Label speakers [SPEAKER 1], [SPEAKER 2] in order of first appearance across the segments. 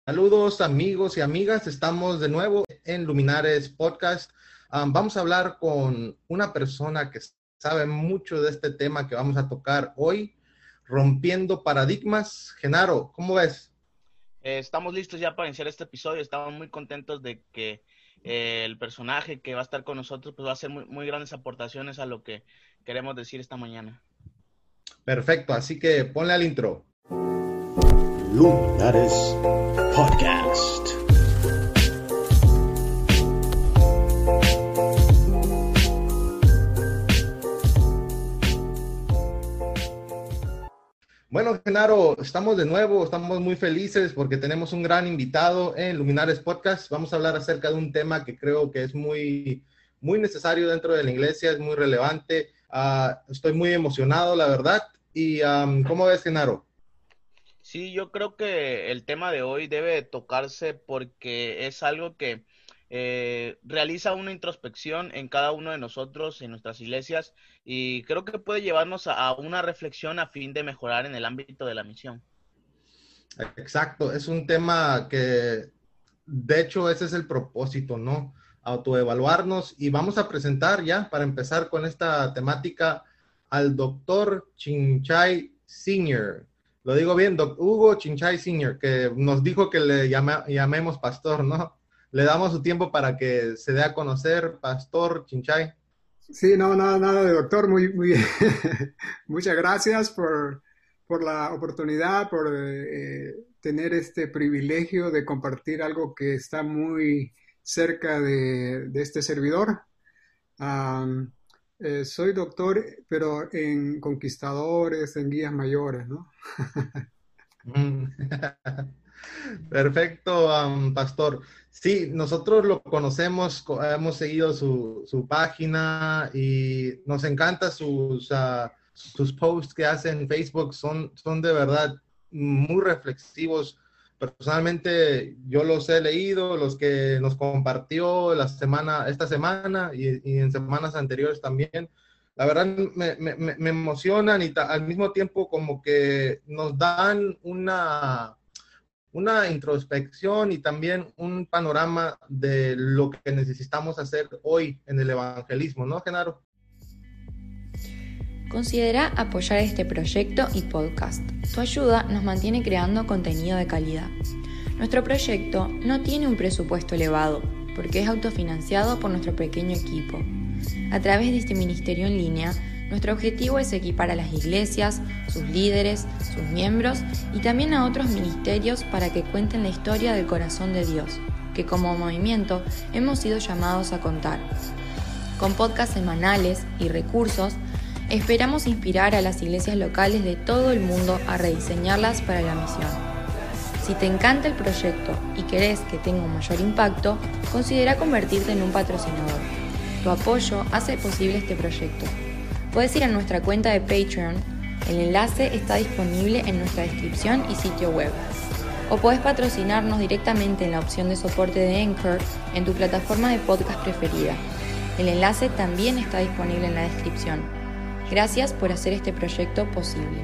[SPEAKER 1] Saludos amigos y amigas, estamos de nuevo en Luminares Podcast. Vamos a hablar con una persona que sabe mucho de este tema que vamos a tocar hoy, rompiendo paradigmas. Genaro, ¿cómo ves?
[SPEAKER 2] Estamos listos ya para iniciar este episodio. Estamos muy contentos de que el personaje que va a estar con nosotros pues va a hacer muy grandes aportaciones a lo que queremos decir esta mañana.
[SPEAKER 1] Perfecto, así que ponle al intro.
[SPEAKER 3] Luminares Podcast.
[SPEAKER 1] Bueno, Genaro, estamos de nuevo, estamos muy felices porque tenemos un gran invitado en Luminares Podcast. Vamos a hablar acerca de un tema que creo que es muy necesario dentro de la iglesia, es muy relevante. Estoy muy emocionado, la verdad. Y ¿cómo ves, Genaro?
[SPEAKER 2] Sí, yo creo que el tema de hoy debe tocarse porque es algo que realiza una introspección en cada uno de nosotros, en nuestras iglesias, y creo que puede llevarnos a una reflexión a fin de mejorar en el ámbito de la misión.
[SPEAKER 1] Exacto, es un tema que, de hecho, ese es el propósito, ¿no? Autoevaluarnos y vamos a presentar ya, para empezar con esta temática, al doctor Chinchay Senior. Lo digo bien, Hugo Chinchay Senior, que nos dijo que le llamemos pastor, ¿no? Le damos su tiempo para que se dé a conocer, Pastor Chinchay.
[SPEAKER 4] Sí, no, nada de doctor, muy, muchas gracias por la oportunidad, por tener este privilegio de compartir algo que está muy cerca de este servidor. Am, Soy doctor, pero en conquistadores, en guías mayores, ¿no?
[SPEAKER 1] Mm. Perfecto, Pastor. Sí, nosotros lo conocemos, hemos seguido su página y nos encanta sus posts que hace en Facebook, son de verdad muy reflexivos. Personalmente, yo los he leído, los que nos compartió esta semana y en semanas anteriores también. La verdad me emocionan y al mismo tiempo como que nos dan una introspección y también un panorama de lo que necesitamos hacer hoy en el evangelismo, ¿no, Genaro?
[SPEAKER 5] Considera apoyar este proyecto y podcast. Tu ayuda nos mantiene creando contenido de calidad. Nuestro proyecto no tiene un presupuesto elevado, porque es autofinanciado por nuestro pequeño equipo. A través de este ministerio en línea, nuestro objetivo es equipar a las iglesias, sus líderes, sus miembros y también a otros ministerios para que cuenten la historia del corazón de Dios, que como movimiento hemos sido llamados a contar. Con podcasts semanales y recursos, esperamos inspirar a las iglesias locales de todo el mundo a rediseñarlas para la misión. Si te encanta el proyecto y querés que tenga un mayor impacto, considera convertirte en un patrocinador. Tu apoyo hace posible este proyecto. Puedes ir a nuestra cuenta de Patreon, el enlace está disponible en nuestra descripción y sitio web. O puedes patrocinarnos directamente en la opción de soporte de Anchor en tu plataforma de podcast preferida. El enlace también está disponible en la descripción. Gracias por hacer este proyecto posible.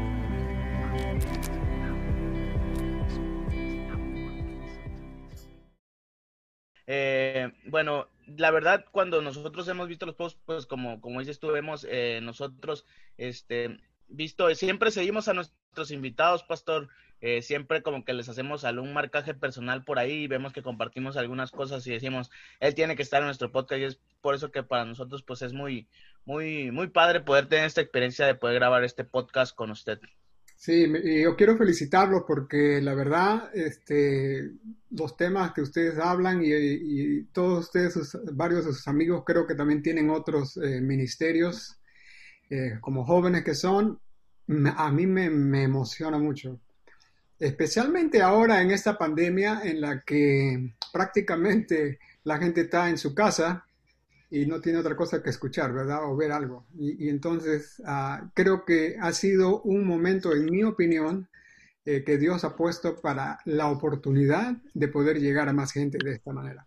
[SPEAKER 2] Bueno, la verdad, cuando nosotros hemos visto los posts, pues como dices tú, hemos nosotros visto, siempre seguimos a nuestros invitados, Pastor, siempre como que les hacemos algún marcaje personal por ahí, vemos que compartimos algunas cosas y decimos, él tiene que estar en nuestro podcast y es por eso que para nosotros pues es muy padre poder tener esta experiencia de poder grabar este podcast con usted.
[SPEAKER 4] Sí, y yo quiero felicitarlos porque la verdad, los temas que ustedes hablan y todos ustedes, varios de sus amigos, creo que también tienen otros ministerios, como jóvenes que son, a mí me emociona mucho. Especialmente ahora en esta pandemia en la que prácticamente la gente está en su casa y no tiene otra cosa que escuchar, ¿verdad? O ver algo. Y entonces creo que ha sido un momento, en mi opinión, que Dios ha puesto para la oportunidad de poder llegar a más gente de esta manera.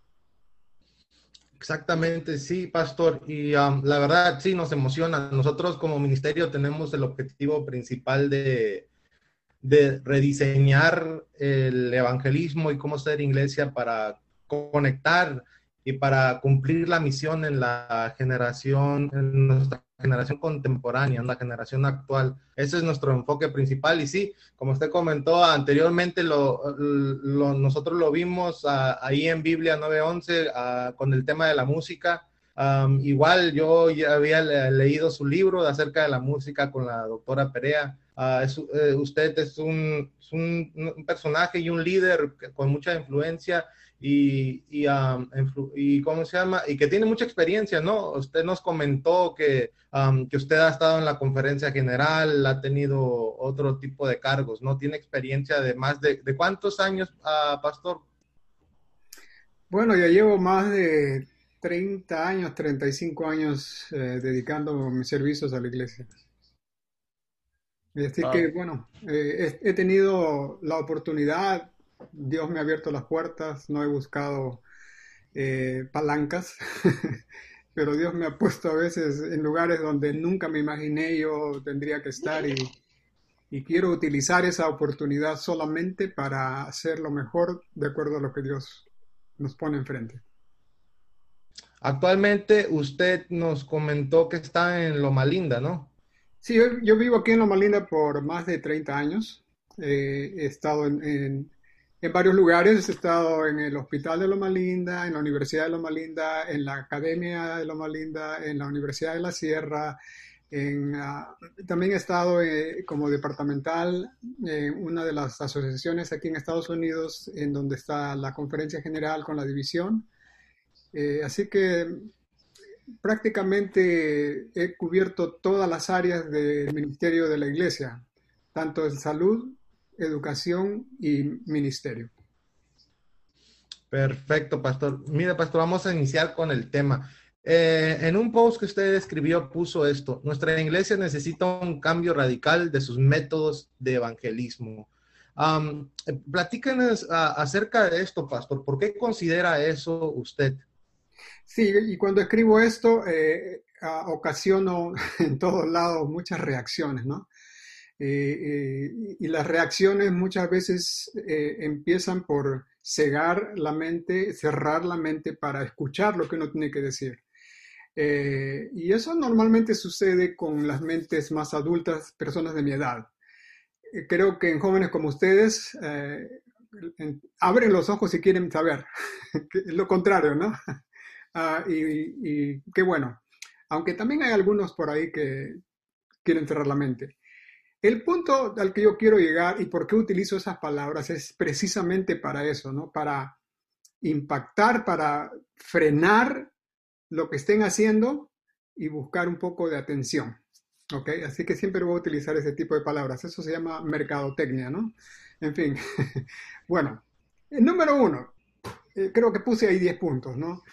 [SPEAKER 1] Exactamente, sí, Pastor. Y la verdad, sí, nos emociona. Nosotros como ministerio tenemos el objetivo principal de rediseñar el evangelismo y cómo ser iglesia para conectar y para cumplir la misión en nuestra generación contemporánea, en la generación actual. Ese es nuestro enfoque principal. Y sí, como usted comentó anteriormente, nosotros lo vimos ahí en Biblia 9:11 con el tema de la música. Igual yo ya había leído su libro acerca de la música con la doctora Perea. Usted es un personaje y un líder con mucha influencia y ¿cómo se llama? Y que tiene mucha experiencia, ¿no? Usted nos comentó que usted ha estado en la conferencia general, ha tenido otro tipo de cargos, ¿no? Tiene experiencia de más de ¿cuántos años, pastor?
[SPEAKER 4] Bueno, ya llevo más de 30 años, 35 años dedicando mis servicios a la iglesia. Y así que, bueno, he tenido la oportunidad, Dios me ha abierto las puertas, no he buscado palancas, pero Dios me ha puesto a veces en lugares donde nunca me imaginé yo tendría que estar y quiero utilizar esa oportunidad solamente para hacer lo mejor de acuerdo a lo que Dios nos pone enfrente.
[SPEAKER 1] Actualmente usted nos comentó que está en Loma Linda, ¿no?
[SPEAKER 4] Sí, yo vivo aquí en Loma Linda por más de 30 años. He estado en varios lugares. He estado en el Hospital de Loma Linda, en la Universidad de Loma Linda, en la Academia de Loma Linda, en la Universidad de la Sierra. También he estado como departamental en una de las asociaciones aquí en Estados Unidos, en donde está la Conferencia General con la división. Así que prácticamente he cubierto todas las áreas del ministerio de la iglesia, tanto en salud, educación y ministerio.
[SPEAKER 1] Perfecto, pastor. Mira, pastor, vamos a iniciar con el tema. En un post que usted escribió puso esto: nuestra iglesia necesita un cambio radical de sus métodos de evangelismo. Platícanos acerca de esto, pastor. ¿Por qué considera eso usted?
[SPEAKER 4] Sí, y cuando escribo esto, ocasiono en todos lados muchas reacciones, ¿no? Y las reacciones muchas veces empiezan por cegar la mente, cerrar la mente para escuchar lo que uno tiene que decir. Y eso normalmente sucede con las mentes más adultas, personas de mi edad. Creo que en jóvenes como ustedes abren los ojos y quieren saber. Lo contrario, ¿no? Y qué bueno. Aunque también hay algunos por ahí que quieren cerrar la mente. El punto al que yo quiero llegar y por qué utilizo esas palabras es precisamente para eso, ¿no? Para impactar, para frenar lo que estén haciendo y buscar un poco de atención, ¿ok? Así que siempre voy a utilizar ese tipo de palabras. Eso se llama mercadotecnia, ¿no? En fin, bueno, el número 1, creo que puse ahí 10 puntos, ¿no?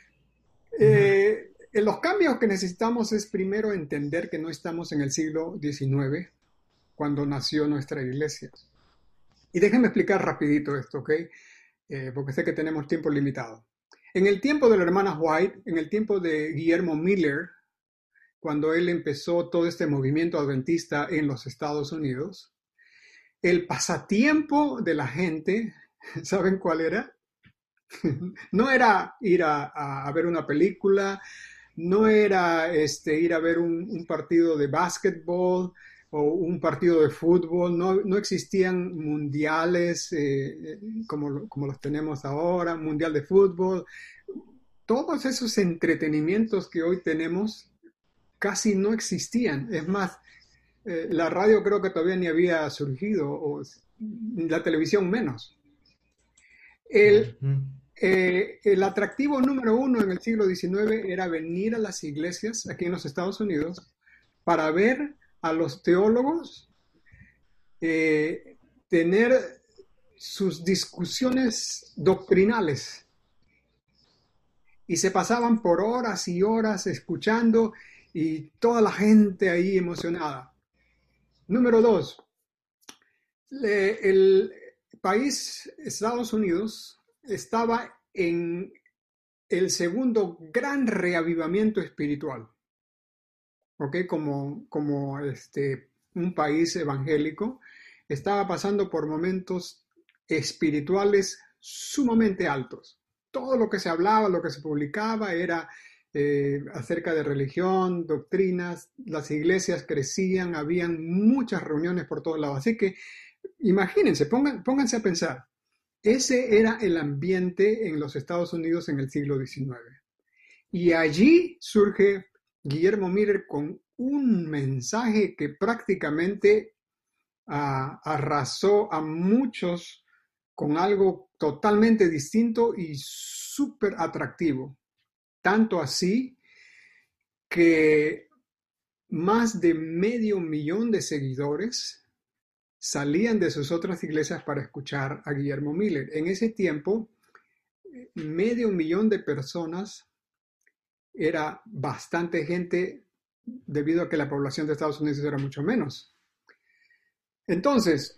[SPEAKER 4] Los cambios que necesitamos es primero entender que no estamos en el siglo XIX cuando nació nuestra iglesia. Y déjenme explicar rapidito esto, ¿ok? Porque sé que tenemos tiempo limitado. En el tiempo de la hermana White, en el tiempo de Guillermo Miller, cuando él empezó todo este movimiento adventista en los Estados Unidos, el pasatiempo de la gente, ¿saben cuál era? No era ir a ver una película, no era ir a ver un partido de básquetbol o un partido de fútbol, no existían mundiales como los tenemos ahora, mundial de fútbol. Todos esos entretenimientos que hoy tenemos casi no existían. Es más, la radio creo que todavía ni había surgido, o la televisión menos. El atractivo número 1 en el siglo XIX era venir a las iglesias aquí en los Estados Unidos para ver a los teólogos tener sus discusiones doctrinales y se pasaban por horas y horas escuchando y toda la gente ahí emocionada. Número 2, el país Estados Unidos estaba en el segundo gran reavivamiento espiritual, ¿ok? Como un país evangélico, estaba pasando por momentos espirituales sumamente altos. Todo lo que se hablaba, lo que se publicaba era acerca de religión, doctrinas, las iglesias crecían, habían muchas reuniones por todos lados. Así que imagínense, pónganse a pensar, ese era el ambiente en los Estados Unidos en el siglo XIX. Y allí surge Guillermo Miller con un mensaje que prácticamente arrasó a muchos con algo totalmente distinto y súper atractivo. Tanto así que más de 500,000 de seguidores salían de sus otras iglesias para escuchar a Guillermo Miller. En ese tiempo, 500,000 de personas era bastante gente debido a que la población de Estados Unidos era mucho menos. Entonces,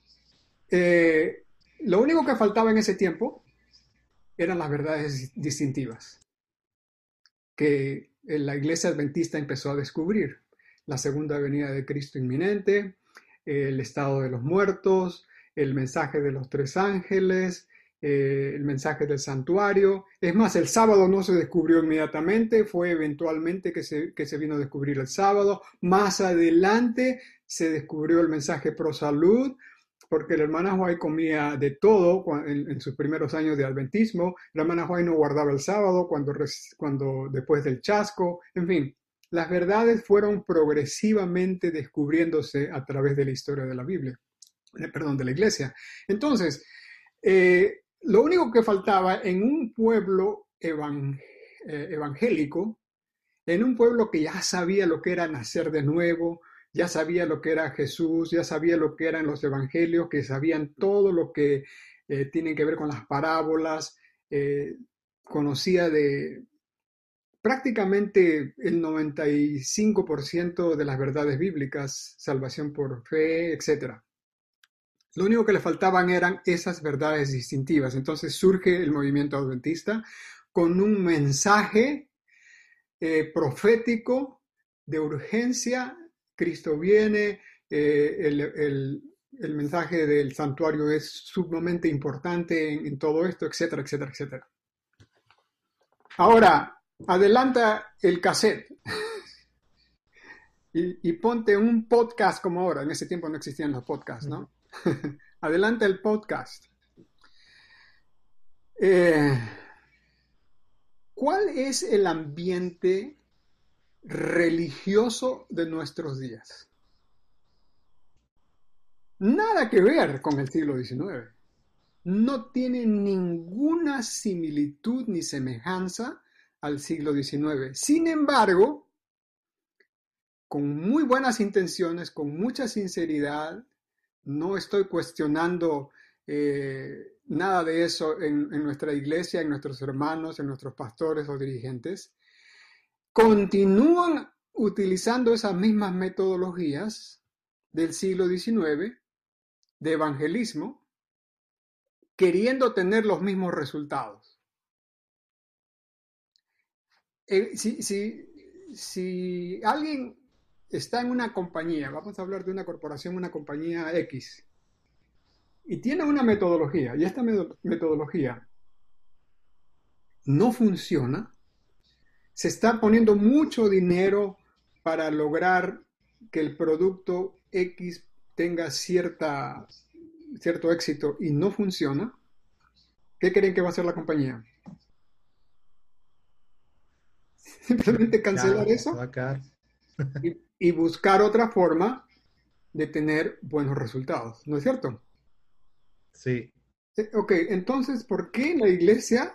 [SPEAKER 4] lo único que faltaba en ese tiempo eran las verdades distintivas que la iglesia adventista empezó a descubrir. La segunda venida de Cristo inminente, el estado de los muertos, el mensaje de los 3 ángeles, el mensaje del santuario. Es más, el sábado no se descubrió inmediatamente, fue eventualmente que se vino a descubrir el sábado. Más adelante se descubrió el mensaje pro salud, porque la hermana White comía de todo en sus primeros años de adventismo. La hermana White no guardaba el sábado cuando después del chasco. En fin, las verdades fueron progresivamente descubriéndose a través de la historia de la Biblia, de la iglesia. Entonces, lo único que faltaba en un pueblo evangélico, en un pueblo que ya sabía lo que era nacer de nuevo, ya sabía lo que era Jesús, ya sabía lo que eran los evangelios, que sabían todo lo que tienen que ver con las parábolas, conocía de prácticamente el 95% de las verdades bíblicas, salvación por fe, etc. Lo único que le faltaban eran esas verdades distintivas. Entonces surge el movimiento adventista con un mensaje profético de urgencia. Cristo viene, el mensaje del santuario es sumamente importante en todo esto, etcétera, etcétera, etcétera. Ahora, adelanta el cassette y ponte un podcast como ahora. En ese tiempo no existían los podcasts, ¿no? Adelanta el podcast. ¿Cuál es el ambiente religioso de nuestros días? Nada que ver con el siglo XIX. No tiene ninguna similitud ni semejanza al siglo XIX. Sin embargo, con muy buenas intenciones, con mucha sinceridad, no estoy cuestionando nada de eso en nuestra iglesia, en nuestros hermanos, en nuestros pastores o dirigentes, continúan utilizando esas mismas metodologías del siglo XIX de evangelismo, queriendo tener los mismos resultados. Si alguien está en una compañía, vamos a hablar de una corporación, una compañía X, y tiene una metodología, y esta metodología no funciona, se está poniendo mucho dinero para lograr que el producto X tenga cierto éxito y no funciona, ¿qué creen que va a hacer la compañía? Simplemente cancelar eso y buscar otra forma de tener buenos resultados, ¿no es cierto?
[SPEAKER 1] Sí.
[SPEAKER 4] Ok, entonces, ¿por qué la iglesia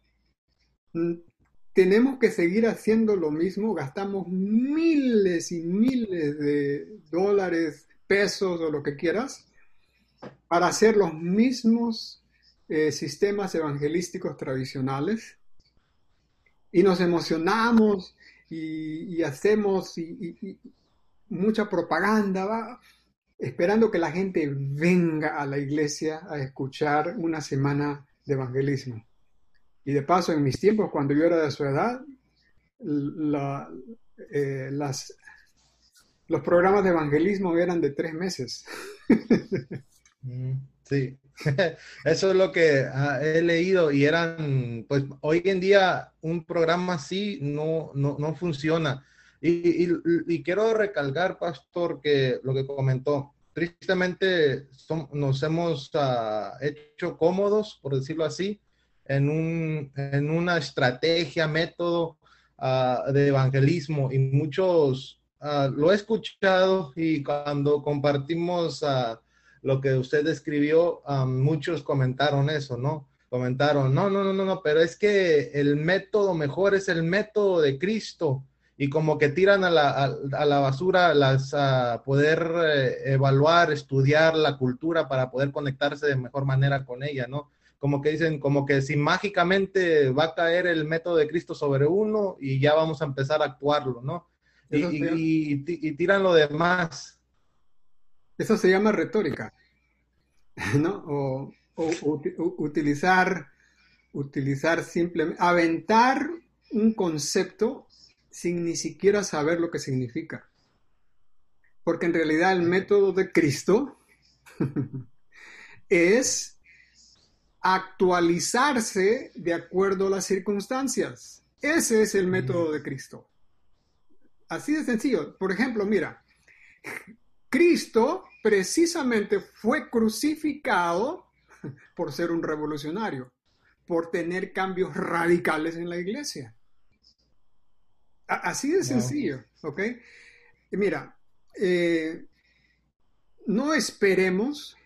[SPEAKER 4] tenemos que seguir haciendo lo mismo? Gastamos miles y miles de dólares, pesos o lo que quieras para hacer los mismos sistemas evangelísticos tradicionales, y nos emocionamos y hacemos mucha propaganda, ¿va? Esperando que la gente venga a la iglesia a escuchar una semana de evangelismo. Y de paso, en mis tiempos, cuando yo era de su edad, Los programas de evangelismo eran de 3 meses.
[SPEAKER 1] Sí, eso es lo que he leído y eran, pues hoy en día un programa así no funciona. Y quiero recalcar, pastor, que lo que comentó, tristemente nos hemos hecho cómodos, por decirlo así, en una estrategia, método de evangelismo y muchos, lo he escuchado y cuando compartimos lo que usted describió, muchos comentaron eso, ¿no? Comentaron, no, pero es que el método mejor es el método de Cristo y como que tiran a la basura poder evaluar, estudiar la cultura para poder conectarse de mejor manera con ella, ¿no? Como que dicen, como que si mágicamente va a caer el método de Cristo sobre uno y ya vamos a empezar a actuarlo, ¿no? Y tiran lo demás.
[SPEAKER 4] Eso se llama retórica, ¿no? Utilizar simplemente, aventar un concepto sin ni siquiera saber lo que significa. Porque en realidad el método de Cristo es actualizarse de acuerdo a las circunstancias. Ese es el método de Cristo. Así de sencillo. Por ejemplo, mira, Cristo precisamente fue crucificado por ser un revolucionario, por tener cambios radicales en la iglesia. Así de sencillo, ¿ok? Y mira, no esperemos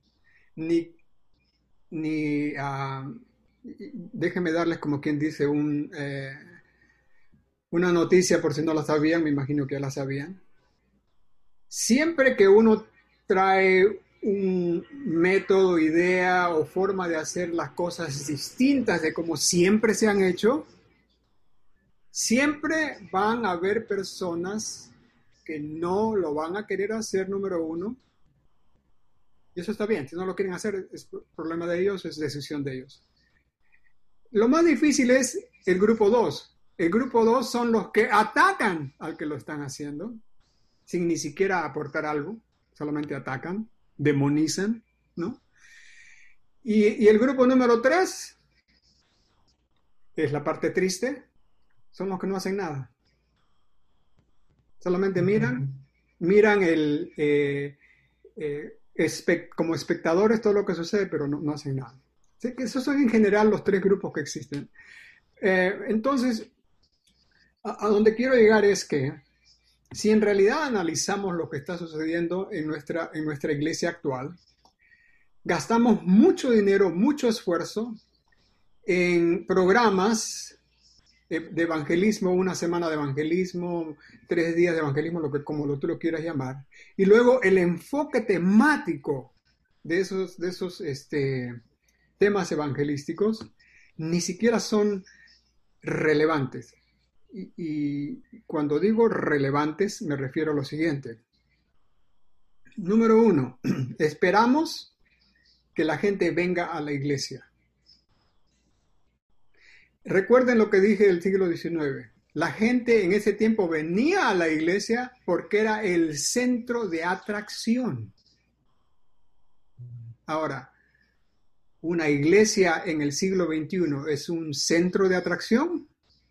[SPEAKER 4] déjenme darles como quien dice una noticia por si no la sabían, me imagino que ya la sabían. Siempre que uno trae un método, idea o forma de hacer las cosas distintas de como siempre se han hecho, siempre van a haber personas que no lo van a querer hacer, número uno. Y eso está bien, si no lo quieren hacer es problema de ellos, es decisión de ellos. Lo más difícil es el grupo 2. El grupo 2 son los que atacan al que lo están haciendo, sin ni siquiera aportar algo, solamente atacan, demonizan, ¿no? Y el grupo número 3 es la parte triste, son los que no hacen nada. Solamente miran como espectadores todo lo que sucede, pero no hacen nada. Así que esos son en general los 3 grupos que existen. Entonces, a donde quiero llegar es que si en realidad analizamos lo que está sucediendo en nuestra iglesia actual, gastamos mucho dinero, mucho esfuerzo en programas de evangelismo, una semana de evangelismo, 3 días de evangelismo, como tú lo quieras llamar, y luego el enfoque temático de esos temas evangelísticos ni siquiera son relevantes. Y cuando digo relevantes me refiero a lo siguiente. Número 1, esperamos que la gente venga a la iglesia. Recuerden lo que dije del siglo XIX. La gente en ese tiempo venía a la iglesia porque era el centro de atracción. Ahora, ¿una iglesia en el siglo XXI es un centro de atracción?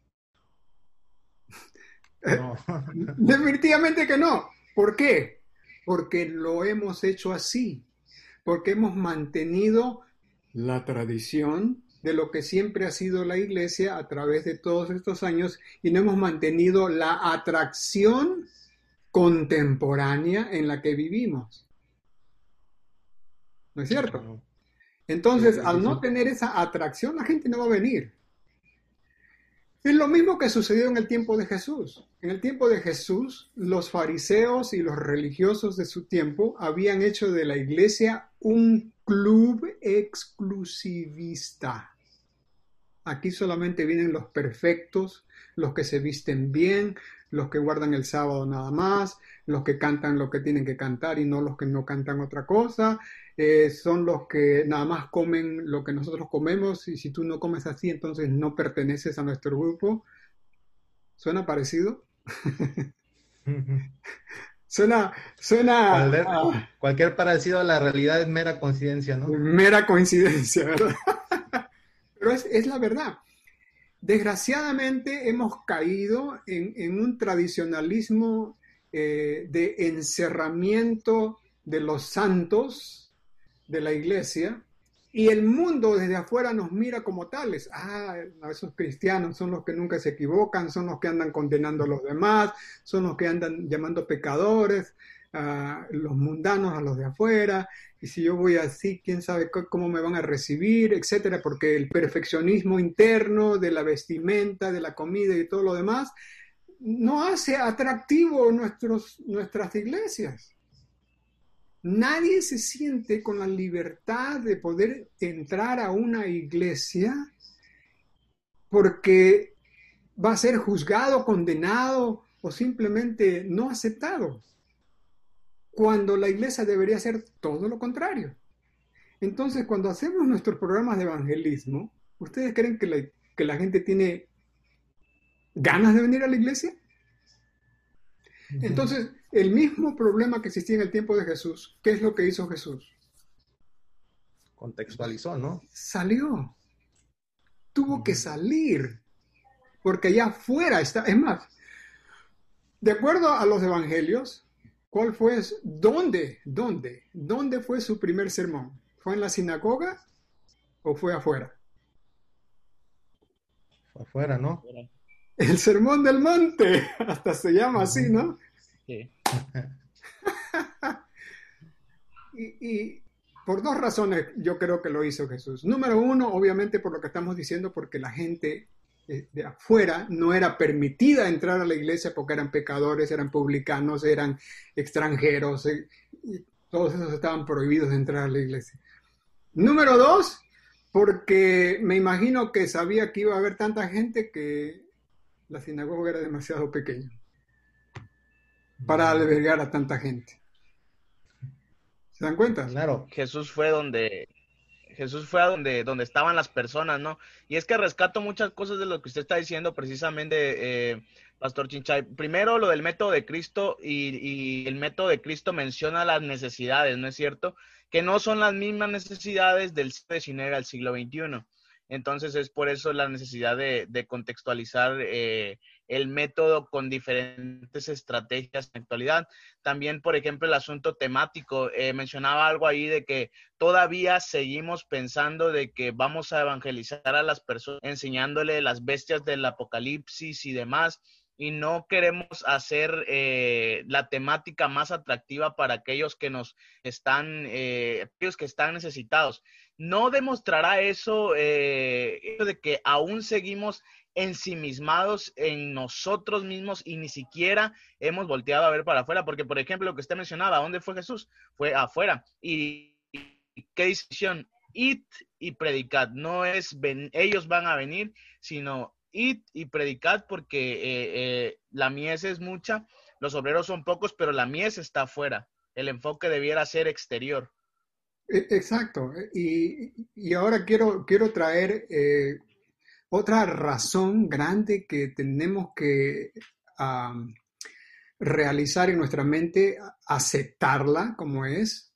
[SPEAKER 4] No. Definitivamente que no. ¿Por qué? Porque lo hemos hecho así. Porque hemos mantenido la tradición de lo que siempre ha sido la iglesia a través de todos estos años y no hemos mantenido la atracción contemporánea en la que vivimos. ¿No es cierto? Entonces, al no tener esa atracción, la gente no va a venir. Es lo mismo que sucedió en el tiempo de Jesús. En el tiempo de Jesús, los fariseos y los religiosos de su tiempo habían hecho de la iglesia un club exclusivista. Aquí solamente vienen los perfectos, los que se visten bien, los que guardan el sábado nada más, los que cantan lo que tienen que cantar y no los que no cantan otra cosa. Son los que nada más comen lo que nosotros comemos y si tú no comes así, entonces no perteneces a nuestro grupo. ¿Suena parecido? suena
[SPEAKER 1] Cualquier parecido a la realidad es mera coincidencia, ¿no?
[SPEAKER 4] mera coincidencia, ¿verdad? Pero es la verdad. Desgraciadamente hemos caído en un tradicionalismo de encerramiento de los santos de la iglesia, y el mundo desde afuera nos mira como tales. Esos cristianos son los que nunca se equivocan, son los que andan condenando a los demás, son los que andan llamando pecadores, los mundanos a los de afuera, y si yo voy así, quién sabe cómo me van a recibir, etcétera, porque el perfeccionismo interno de la vestimenta, de la comida y todo lo demás no hace atractivo nuestras iglesias. Nadie se siente con la libertad de poder entrar a una iglesia porque va a ser juzgado, condenado o simplemente no aceptado, cuando la iglesia debería ser todo lo contrario. Entonces, cuando hacemos nuestros programas de evangelismo, ¿ustedes creen que la gente tiene ganas de venir a la iglesia? Entonces, el mismo problema que existía en el tiempo de Jesús, ¿qué es lo que hizo Jesús?
[SPEAKER 1] Contextualizó, ¿no?
[SPEAKER 4] Salió. Tuvo que salir, porque allá afuera está. Es más, de acuerdo a los evangelios, ¿cuál fue? ¿Dónde fue su primer sermón? ¿Fue en la sinagoga o fue afuera?
[SPEAKER 1] Fue afuera, ¿no?
[SPEAKER 4] El sermón del monte, hasta se llama así, ¿no?
[SPEAKER 2] Sí.
[SPEAKER 4] Y por dos razones yo creo que lo hizo Jesús. Número uno, obviamente por lo que estamos diciendo, porque la gente de afuera no era permitida entrar a la iglesia porque eran pecadores, eran publicanos, eran extranjeros, y todos esos estaban prohibidos de entrar a la iglesia. Número dos, porque me imagino que sabía que iba a haber tanta gente que la sinagoga era demasiado pequeña para albergar a tanta gente. ¿Se dan cuenta?
[SPEAKER 1] Claro.
[SPEAKER 2] Jesús fue a donde estaban las personas, ¿no? Y es que rescato muchas cosas de lo que usted está diciendo precisamente, Pastor Chinchay. Primero, lo del método de Cristo, y el método de Cristo menciona las necesidades, ¿no es cierto? Que no son las mismas necesidades del siglo XIX al siglo XXI. Entonces es por eso la necesidad de contextualizar el método con diferentes estrategias en la actualidad. También, por ejemplo, el asunto temático. Mencionaba algo ahí de que todavía seguimos pensando de que vamos a evangelizar a las personas enseñándole las bestias del apocalipsis y demás, y no queremos hacer la temática más atractiva para aquellos que aquellos que están necesitados. No demostrará eso de que aún seguimos ensimismados en nosotros mismos y ni siquiera hemos volteado a ver para afuera, porque por ejemplo lo que usted mencionaba, ¿dónde fue Jesús? Fue afuera. ¿Y qué decisión? Id y predicad. No es ellos van a venir, sino id y predicad, porque la mies es mucha, los obreros son pocos, pero la mies está afuera. El enfoque debiera ser exterior.
[SPEAKER 4] Exacto. Y ahora quiero traer otra razón grande que tenemos que realizar en nuestra mente, aceptarla como es,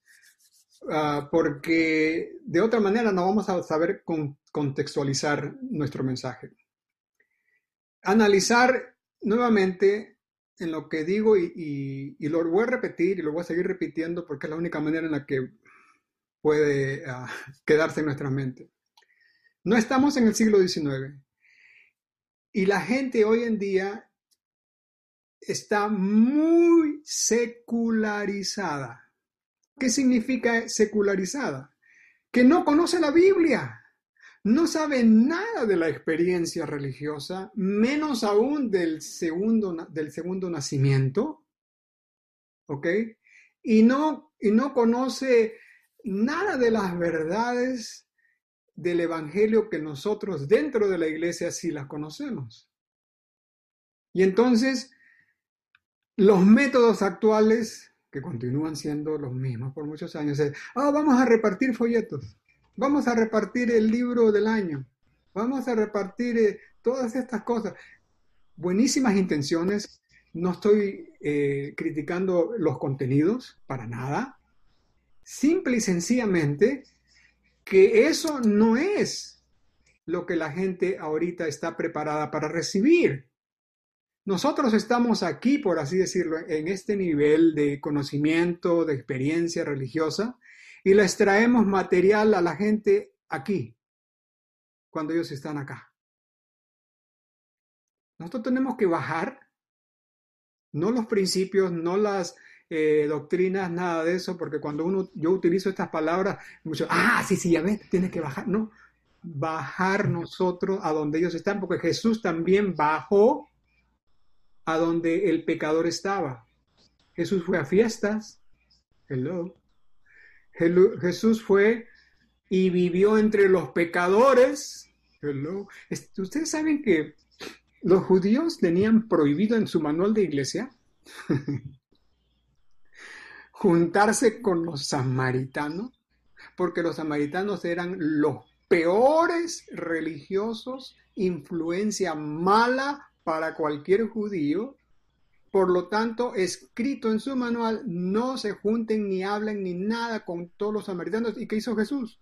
[SPEAKER 4] porque de otra manera no vamos a saber contextualizar nuestro mensaje. Analizar nuevamente en lo que digo, y lo voy a repetir y lo voy a seguir repitiendo porque es la única manera en la que puede quedarse en nuestra mente. No estamos en el siglo XIX y la gente hoy en día está muy secularizada. ¿Qué significa secularizada? Que no conoce la Biblia, no sabe nada de la experiencia religiosa, menos aún del segundo nacimiento, ¿ok? Y no conoce nada de las verdades del evangelio que nosotros dentro de la iglesia sí las conocemos. Y entonces, los métodos actuales, que continúan siendo los mismos por muchos años, es, vamos a repartir folletos, vamos a repartir el libro del año, vamos a repartir todas estas cosas. Buenísimas intenciones, no estoy criticando los contenidos para nada. Simple y sencillamente que eso no es lo que la gente ahorita está preparada para recibir. Nosotros estamos aquí, por así decirlo, en este nivel de conocimiento, de experiencia religiosa, y les traemos material a la gente aquí, cuando ellos están acá. Nosotros tenemos que bajar, no los principios, no las doctrinas, nada de eso, porque cuando yo utilizo estas palabras, muchos, sí, ya ves, tienes que bajar. No, bajar nosotros a donde ellos están, porque Jesús también bajó a donde el pecador estaba. Jesús fue a fiestas. Hello. Jesús fue y vivió entre los pecadores. Hello. Ustedes saben que los judíos tenían prohibido en su manual de iglesia juntarse con los samaritanos, porque los samaritanos eran los peores religiosos, influencia mala para cualquier judío. Por lo tanto, escrito en su manual, no se junten ni hablen ni nada con todos los samaritanos. ¿Y qué hizo Jesús?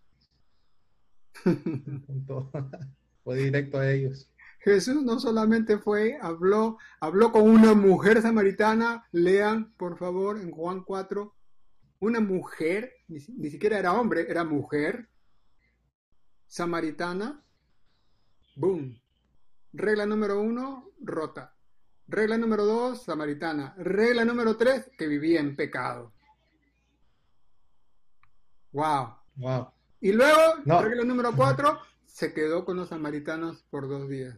[SPEAKER 1] Fue directo a ellos.
[SPEAKER 4] Jesús no solamente habló con una mujer samaritana. Lean, por favor, en Juan 4, una mujer, ni siquiera era hombre, era mujer, samaritana. Boom. Regla número 1, rota. Regla número 2, samaritana. Regla número 3, que vivía en pecado. Wow. Y luego, regla número 4, se quedó con los samaritanos por 2 días.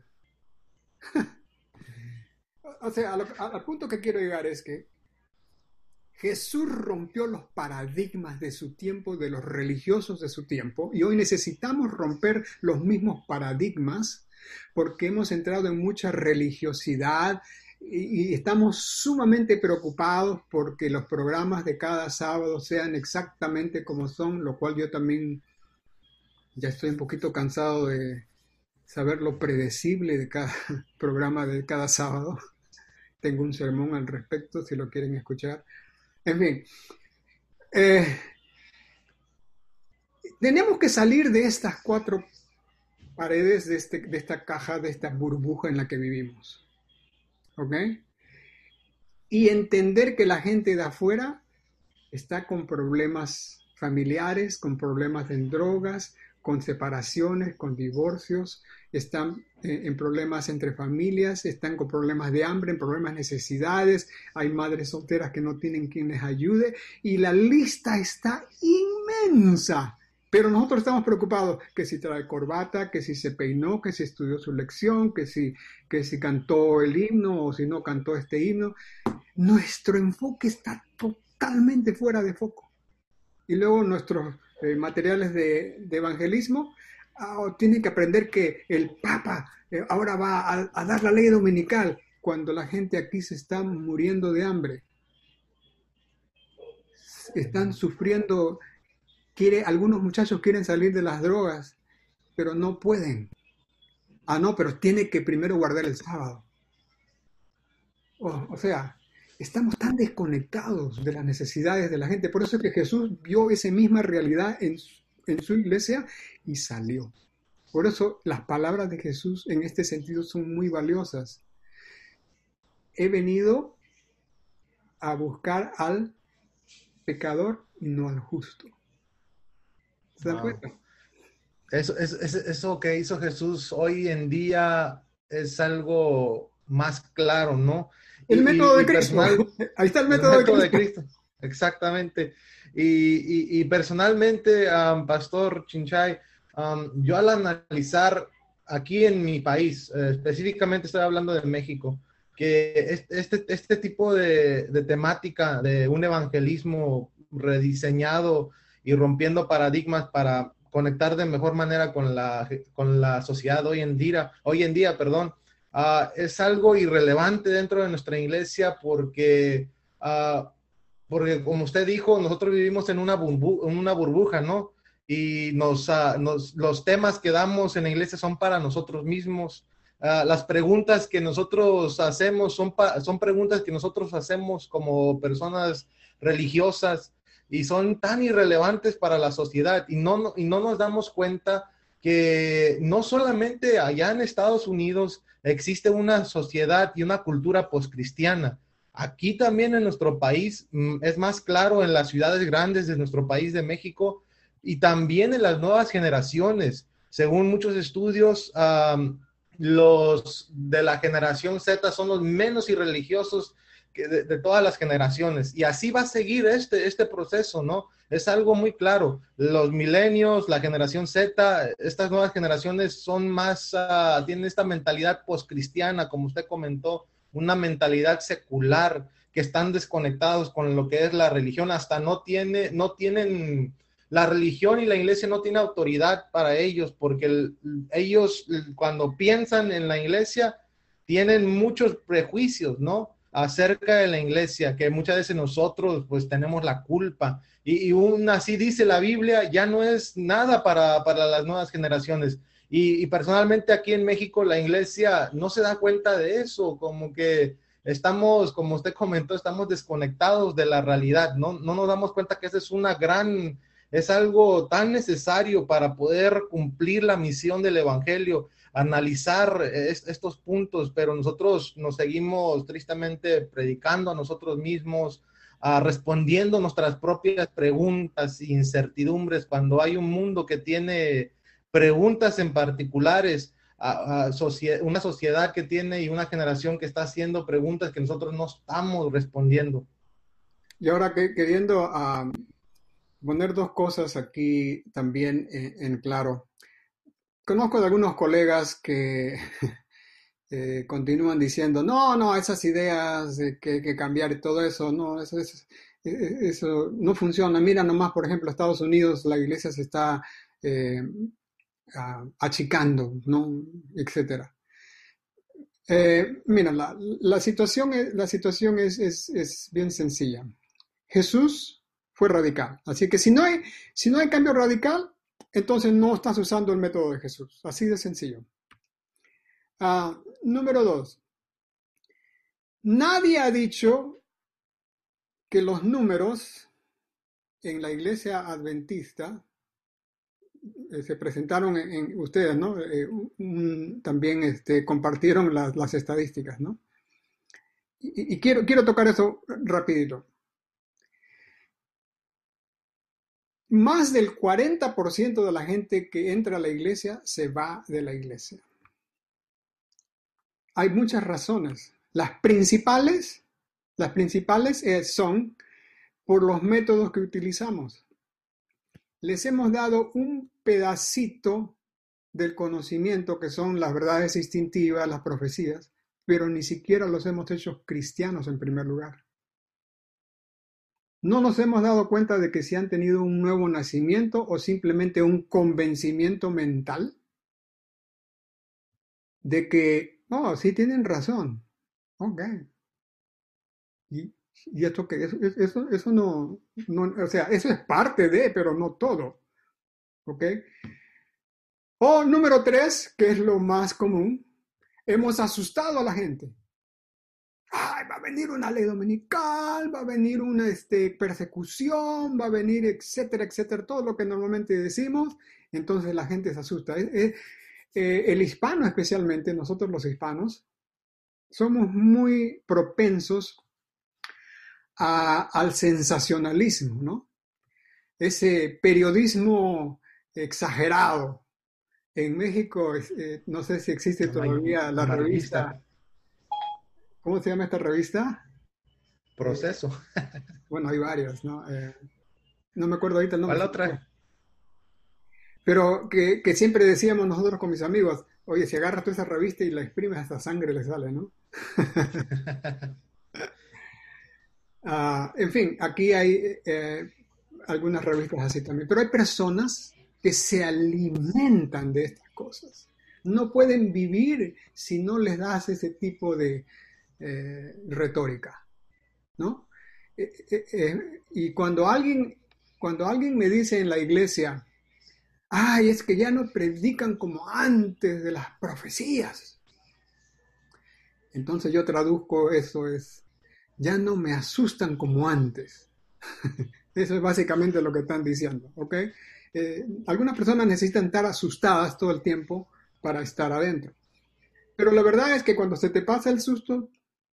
[SPEAKER 4] O sea, al punto que quiero llegar es que Jesús rompió los paradigmas de su tiempo, de los religiosos de su tiempo, y hoy necesitamos romper los mismos paradigmas porque hemos entrado en mucha religiosidad y estamos sumamente preocupados porque los programas de cada sábado sean exactamente como son, lo cual yo también ya estoy un poquito cansado de saber lo predecible de cada programa de cada sábado. Tengo un sermón al respecto si lo quieren escuchar. En fin, tenemos que salir de estas 4 paredes, de esta caja, de esta burbuja en la que vivimos. ¿Ok? Y entender que la gente de afuera está con problemas familiares, con problemas en drogas, con separaciones, con divorcios, están en problemas entre familias, están con problemas de hambre, en problemas de necesidades, hay madres solteras que no tienen quien les ayude, y la lista está inmensa. Pero nosotros estamos preocupados que si trae corbata, que si se peinó, que si estudió su lección, que si cantó el himno o si no cantó este himno. Nuestro enfoque está totalmente fuera de foco. Y luego nuestros materiales de evangelismo tienen que aprender que el Papa ahora va a dar la ley dominical cuando la gente aquí se está muriendo de hambre. Están sufriendo. Algunos muchachos quieren salir de las drogas, pero no pueden. No, pero tiene que primero guardar el sábado. O sea, estamos tan desconectados de las necesidades de la gente. Por eso es que Jesús vio esa misma realidad en su iglesia y salió. Por eso las palabras de Jesús en este sentido son muy valiosas. He venido a buscar al pecador y no al justo. ¿Se dan cuenta?
[SPEAKER 1] Eso que hizo Jesús hoy en día es algo más claro, ¿no?
[SPEAKER 4] El método de Cristo. Ahí está el método de Cristo.
[SPEAKER 1] Exactamente. Y personalmente, Pastor Chinchay, yo al analizar aquí en mi país, específicamente estoy hablando de México, que este tipo de temática de un evangelismo rediseñado y rompiendo paradigmas para conectar de mejor manera con la sociedad hoy en día, es algo irrelevante dentro de nuestra iglesia porque como usted dijo, nosotros vivimos en una burbuja, ¿no? Y los temas que damos en la iglesia son para nosotros mismos. las preguntas que nosotros hacemos son preguntas que nosotros hacemos como personas religiosas y son tan irrelevantes para la sociedad y no nos damos cuenta que no solamente allá en Estados Unidos existe una sociedad y una cultura poscristiana. Aquí también en nuestro país es más claro en las ciudades grandes de nuestro país de México y también en las nuevas generaciones. Según muchos estudios, los de la generación Z son los menos irreligiosos de todas las generaciones. Y así va a seguir este proceso, ¿no? Es algo muy claro. Los milenios, la generación Z, estas nuevas generaciones son más, tienen esta mentalidad postcristiana, como usted comentó, una mentalidad secular, que están desconectados con lo que es la religión, hasta no tienen, la religión y la iglesia no tienen autoridad para ellos, porque ellos cuando piensan en la iglesia tienen muchos prejuicios, ¿no? Acerca de la iglesia, que muchas veces nosotros pues tenemos la culpa y así dice la Biblia, ya no es nada para las nuevas generaciones. Y personalmente aquí en México la iglesia no se da cuenta de eso, como que estamos, como usted comentó, estamos desconectados de la realidad, no nos damos cuenta que esa es algo tan necesario para poder cumplir la misión del evangelio, analizar estos puntos, pero nosotros nos seguimos tristemente predicando a nosotros mismos, respondiendo nuestras propias preguntas e incertidumbres cuando hay un mundo que tiene preguntas en particulares, una sociedad que tiene y una generación que está haciendo preguntas que nosotros no estamos respondiendo.
[SPEAKER 4] Y ahora queriendo poner dos cosas aquí también en claro. Conozco de algunos colegas que continúan diciendo, no, esas ideas que hay que cambiar y todo eso, no, eso no funciona. Mira nomás, por ejemplo, Estados Unidos, la iglesia se está achicando, ¿no? Etcétera. Mira, la situación es bien sencilla. Jesús fue radical, así que si no hay cambio radical, entonces no estás usando el método de Jesús, así de sencillo. Número 2, nadie ha dicho que los números en la iglesia adventista se presentaron en ustedes, ¿no? También compartieron las estadísticas, ¿no? Y quiero tocar eso rapidito. Más del 40% de la gente que entra a la iglesia se va de la iglesia. Hay muchas razones. Las principales son por los métodos que utilizamos. Les hemos dado un pedacito del conocimiento que son las verdades instintivas, las profecías, pero ni siquiera los hemos hecho cristianos en primer lugar. No nos hemos dado cuenta de que si han tenido un nuevo nacimiento o simplemente un convencimiento mental de que, sí tienen razón. Ok. ¿Y esto qué? Eso no, o sea, eso es parte de, pero no todo. ¿Ok? O número 3, que es lo más común, hemos asustado a la gente. ¡Ay, va a venir una ley dominical, va a venir una persecución, va a venir, etcétera, etcétera! Todo lo que normalmente decimos, entonces la gente se asusta. El hispano especialmente, nosotros los hispanos, somos muy propensos al sensacionalismo, ¿no? Ese periodismo exagerado. En México, no sé si existe todavía la revista. ¿Cómo se llama esta revista?
[SPEAKER 1] Proceso.
[SPEAKER 4] Bueno, hay varias, ¿no? No me acuerdo ahorita el nombre.
[SPEAKER 1] ¿Cuál otra?
[SPEAKER 4] Pero que siempre decíamos nosotros con mis amigos, oye, si agarras tú esa revista y la exprimes, hasta sangre le sale, ¿no? En fin, aquí hay algunas revistas así también, pero hay personas que se alimentan de estas cosas. No pueden vivir si no les das ese tipo de retórica, ¿no? Y cuando alguien me dice en la iglesia, ay, es que ya no predican como antes de las profecías, Entonces yo traduzco eso es, ya no me asustan como antes. Eso es básicamente lo que están diciendo, ¿ok? Algunas personas necesitan estar asustadas todo el tiempo para estar adentro. Pero la verdad es que cuando se te pasa el susto,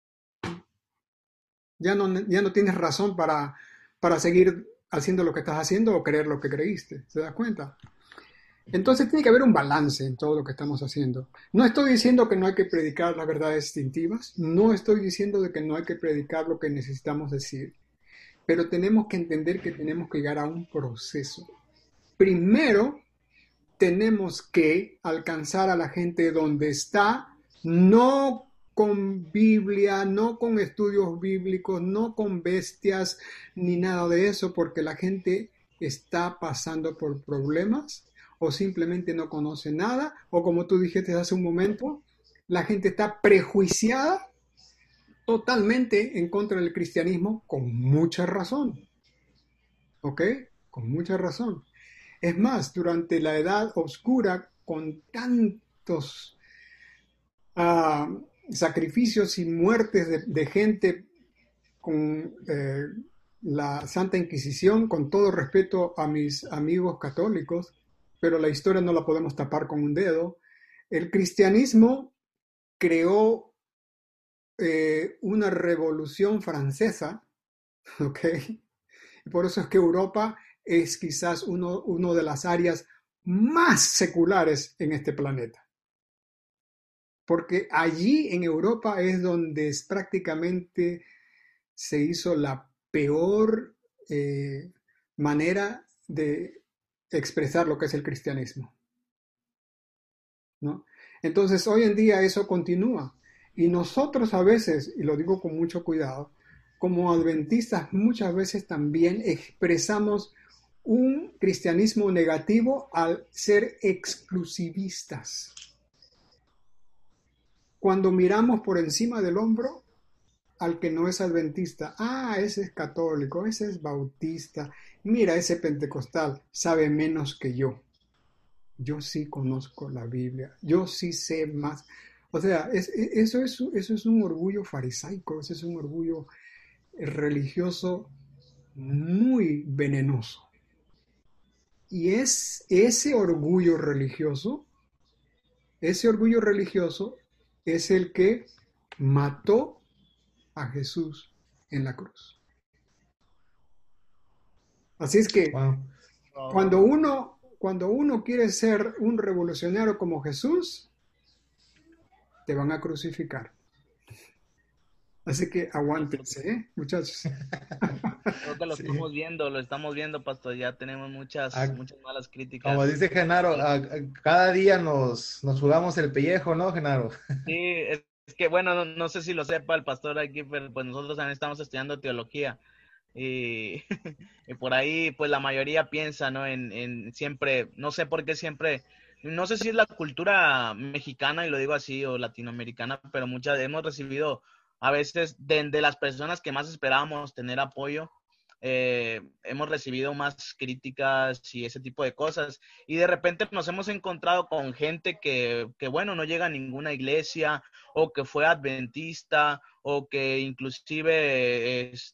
[SPEAKER 4] ya no tienes razón para seguir haciendo lo que estás haciendo o creer lo que creíste. ¿Se das cuenta? Entonces tiene que haber un balance en todo lo que estamos haciendo. No estoy diciendo que no hay que predicar las verdades instintivas, no estoy diciendo de que no hay que predicar lo que necesitamos decir, pero tenemos que entender que tenemos que llegar a un proceso. Primero, tenemos que alcanzar a la gente donde está, no con Biblia, no con estudios bíblicos, no con bestias, ni nada de eso, porque la gente está pasando por problemas o simplemente no conoce nada, o como tú dijiste hace un momento, la gente está prejuiciada totalmente en contra del cristianismo con mucha razón. ¿Ok? Con mucha razón. Es más, durante la Edad Oscura, con tantos sacrificios y muertes de gente con la Santa Inquisición, con todo respeto a mis amigos católicos, pero la historia no la podemos tapar con un dedo, el cristianismo creó una revolución francesa, ¿ok? Y por eso es que Europa es quizás uno de las áreas más seculares en este planeta. Porque allí en Europa es donde prácticamente se hizo la peor manera de expresar lo que es el cristianismo, ¿no? Entonces, hoy en día eso continúa. Y nosotros a veces, y lo digo con mucho cuidado, como adventistas muchas veces también expresamos un cristianismo negativo al ser exclusivistas. Cuando miramos por encima del hombro al que no es adventista, ese es católico, ese es bautista, mira, ese pentecostal sabe menos que yo. Yo sí conozco la Biblia, yo sí sé más. O sea, eso es un orgullo farisaico, eso es un orgullo religioso muy venenoso. Y es ese orgullo religioso es el que mató a Jesús en la cruz. Así es que cuando uno quiere ser un revolucionario como Jesús, te van a crucificar. Así que aguántense, muchachos.
[SPEAKER 2] Creo que lo estamos viendo, pastor. Ya tenemos muchas malas críticas.
[SPEAKER 1] Como dice Genaro, cada día nos jugamos el pellejo, ¿no, Genaro?
[SPEAKER 2] Sí, es que bueno, no sé si lo sepa el pastor aquí, pero pues nosotros también estamos estudiando teología. Y, y por ahí, pues la mayoría piensa, ¿no? En siempre, no sé por qué siempre, no sé si es la cultura mexicana, y lo digo así, o latinoamericana, pero hemos recibido a veces de las personas que más esperábamos tener apoyo, hemos recibido más críticas y ese tipo de cosas, y de repente nos hemos encontrado con gente que bueno, no llega a ninguna iglesia, o que fue adventista, o que inclusive es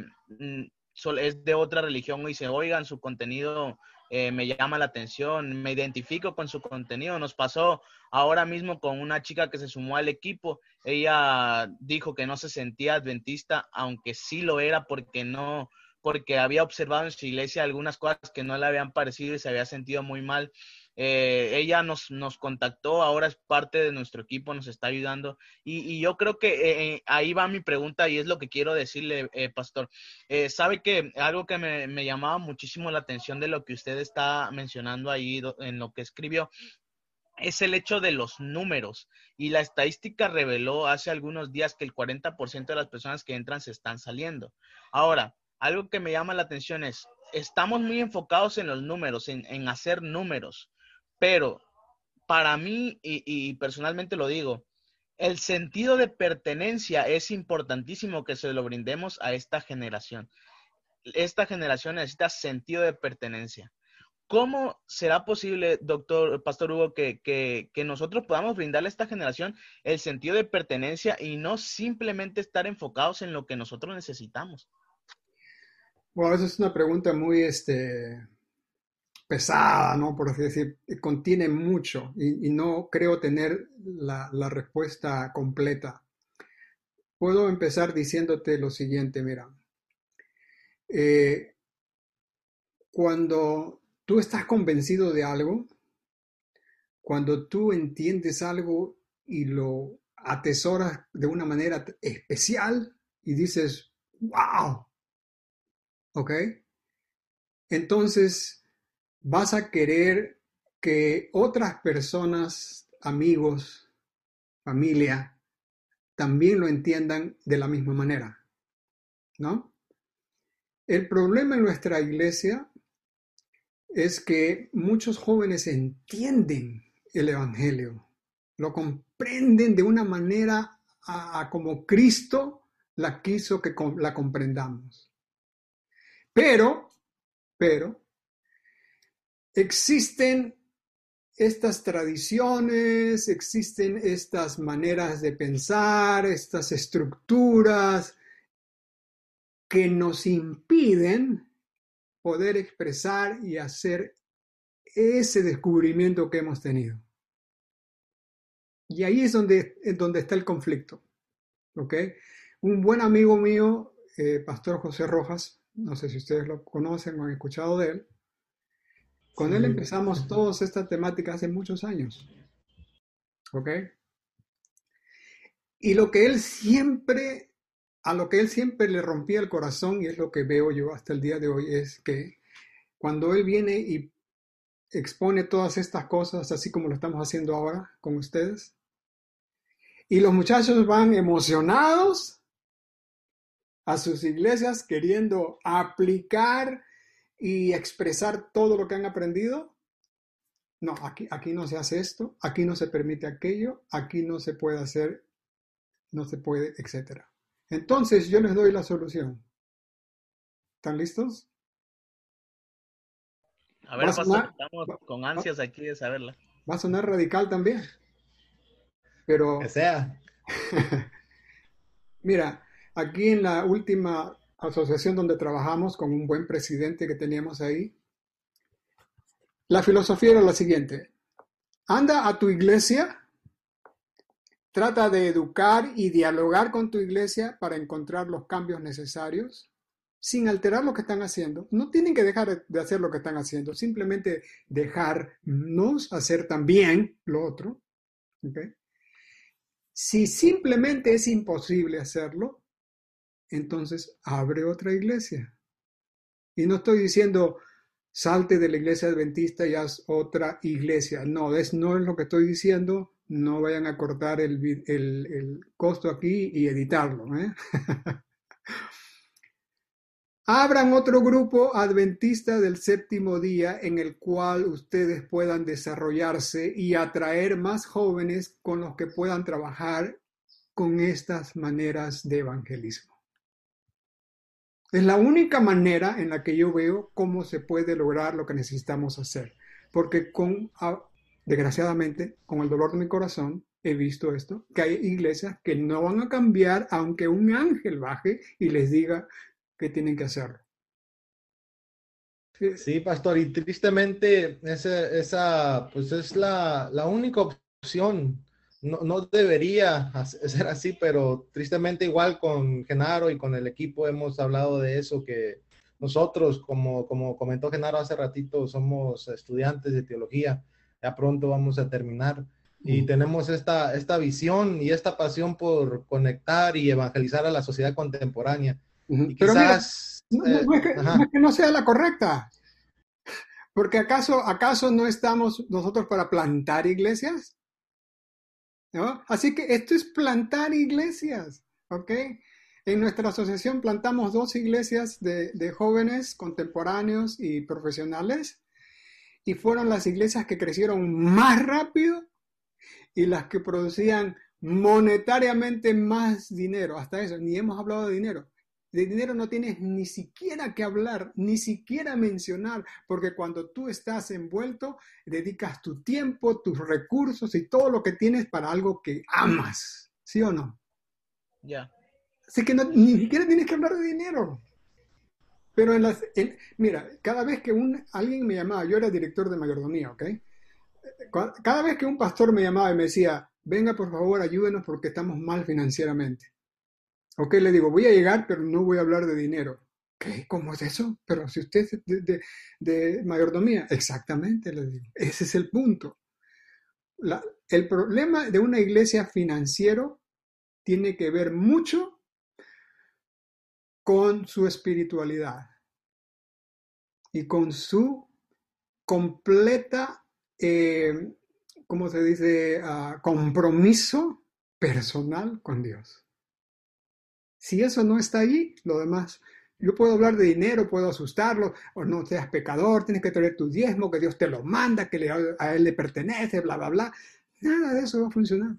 [SPEAKER 2] de otra religión y dice, oigan, su contenido me llama la atención, me identifico con su contenido. Nos pasó ahora mismo con una chica que se sumó al equipo. Ella dijo que no se sentía adventista, aunque sí lo era porque había observado en su iglesia algunas cosas que no le habían parecido y se había sentido muy mal. Ella nos contactó, ahora es parte de nuestro equipo, nos está ayudando, y yo creo que ahí va mi pregunta, y es lo que quiero decirle, pastor. Sabe que algo que me llamaba muchísimo la atención de lo que usted está mencionando ahí en lo que escribió, es el hecho de los números, y la estadística reveló hace algunos días que el 40% de las personas que entran se están saliendo. Ahora, algo que me llama la atención es, estamos muy enfocados en los números, en hacer números, pero para mí, y personalmente lo digo, el sentido de pertenencia es importantísimo que se lo brindemos a esta generación. Esta generación necesita sentido de pertenencia. ¿cómo será posible, Pastor Hugo, que nosotros podamos brindarle a esta generación el sentido de pertenencia y no simplemente estar enfocados en lo que nosotros necesitamos?
[SPEAKER 4] Bueno, esa es una pregunta muy pesada, ¿no? Por así decir, contiene mucho y no creo tener la respuesta completa. Puedo empezar diciéndote lo siguiente, mira. Cuando tú estás convencido de algo, cuando tú entiendes algo y lo atesoras de una manera especial y dices, wow, ¿ok? Entonces vas a querer que otras personas, amigos, familia, también lo entiendan de la misma manera, ¿no? El problema en nuestra iglesia es que muchos jóvenes entienden el Evangelio, lo comprenden de una manera como Cristo la quiso que la comprendamos. Pero, existen estas tradiciones, existen estas maneras de pensar, estas estructuras que nos impiden poder expresar y hacer ese descubrimiento que hemos tenido. Y ahí es donde está el conflicto. ¿Ok? Un buen amigo mío, Pastor José Rojas, no sé si ustedes lo conocen o han escuchado de él, con él empezamos todas estas temáticas hace muchos años. ¿Ok? Y a lo que él siempre le rompía el corazón, y es lo que veo yo hasta el día de hoy, es que cuando él viene y expone todas estas cosas, así como lo estamos haciendo ahora con ustedes, y los muchachos van emocionados a sus iglesias queriendo aplicar y expresar todo lo que han aprendido. No, aquí no se hace esto, aquí no se permite aquello, aquí no se puede hacer, no se puede, etc. Entonces yo les doy la solución. ¿Están listos?
[SPEAKER 2] A ver, Pastor, estamos con ansias aquí de saberla.
[SPEAKER 4] Va a sonar radical también, pero...
[SPEAKER 1] Que sea.
[SPEAKER 4] Mira, aquí en la última asociación donde trabajamos con un buen presidente que teníamos ahí, la filosofía era la siguiente: anda a tu iglesia, trata de educar y dialogar con tu iglesia para encontrar los cambios necesarios, sin alterar lo que están haciendo. No tienen que dejar de hacer lo que están haciendo, simplemente dejarnos hacer también lo otro. ¿Okay? Si simplemente es imposible hacerlo, entonces abre otra iglesia. Y no estoy diciendo salte de la iglesia adventista y haz otra iglesia. No es lo que estoy diciendo. No vayan a cortar el costo aquí y editarlo, ¿eh? Abran otro grupo adventista del séptimo día en el cual ustedes puedan desarrollarse y atraer más jóvenes con los que puedan trabajar con estas maneras de evangelismo. Es la única manera en la que yo veo cómo se puede lograr lo que necesitamos hacer. Porque desgraciadamente, con el dolor de mi corazón, he visto esto, que hay iglesias que no van a cambiar aunque un ángel baje y les diga que tienen que hacerlo.
[SPEAKER 1] Sí, pastor, y tristemente esa pues es la única opción. No debería ser así, pero tristemente igual con Genaro y con el equipo hemos hablado de eso, que nosotros, como comentó Genaro hace ratito, somos estudiantes de teología, ya pronto vamos a terminar, y tenemos esta visión y esta pasión por conectar y evangelizar a la sociedad contemporánea. Y
[SPEAKER 4] pero
[SPEAKER 1] quizás...
[SPEAKER 4] mira, no es que no sea la correcta, porque ¿acaso no estamos nosotros para plantar iglesias? ¿No? Así que esto es plantar iglesias, ¿ok? En nuestra asociación plantamos 2 iglesias de jóvenes contemporáneos y profesionales, y fueron las iglesias que crecieron más rápido y las que producían monetariamente más dinero. Hasta eso, ni hemos hablado de dinero. De dinero no tienes ni siquiera que hablar, ni siquiera mencionar, porque cuando tú estás envuelto, dedicas tu tiempo, tus recursos y todo lo que tienes para algo que amas, ¿sí o no?
[SPEAKER 2] Ya.
[SPEAKER 4] Así que ni siquiera tienes que hablar de dinero. Pero mira, cada vez que alguien me llamaba, yo era director de mayordomía, ¿ok? Cada vez que un pastor me llamaba y me decía, venga por favor, ayúdenos porque estamos mal financieramente. Ok, le digo, voy a llegar, pero no voy a hablar de dinero. ¿Qué? ¿Cómo es eso? Pero si usted es de mayordomía. Exactamente, le digo. Ese es el punto. El problema de una iglesia financiero tiene que ver mucho con su espiritualidad y con su completa, ¿cómo se dice? Compromiso personal con Dios. Si eso no está ahí, lo demás, yo puedo hablar de dinero, puedo asustarlo, o no seas pecador, tienes que traer tu diezmo, que Dios te lo manda, que a Él le pertenece, bla, bla, bla. Nada de eso va a funcionar.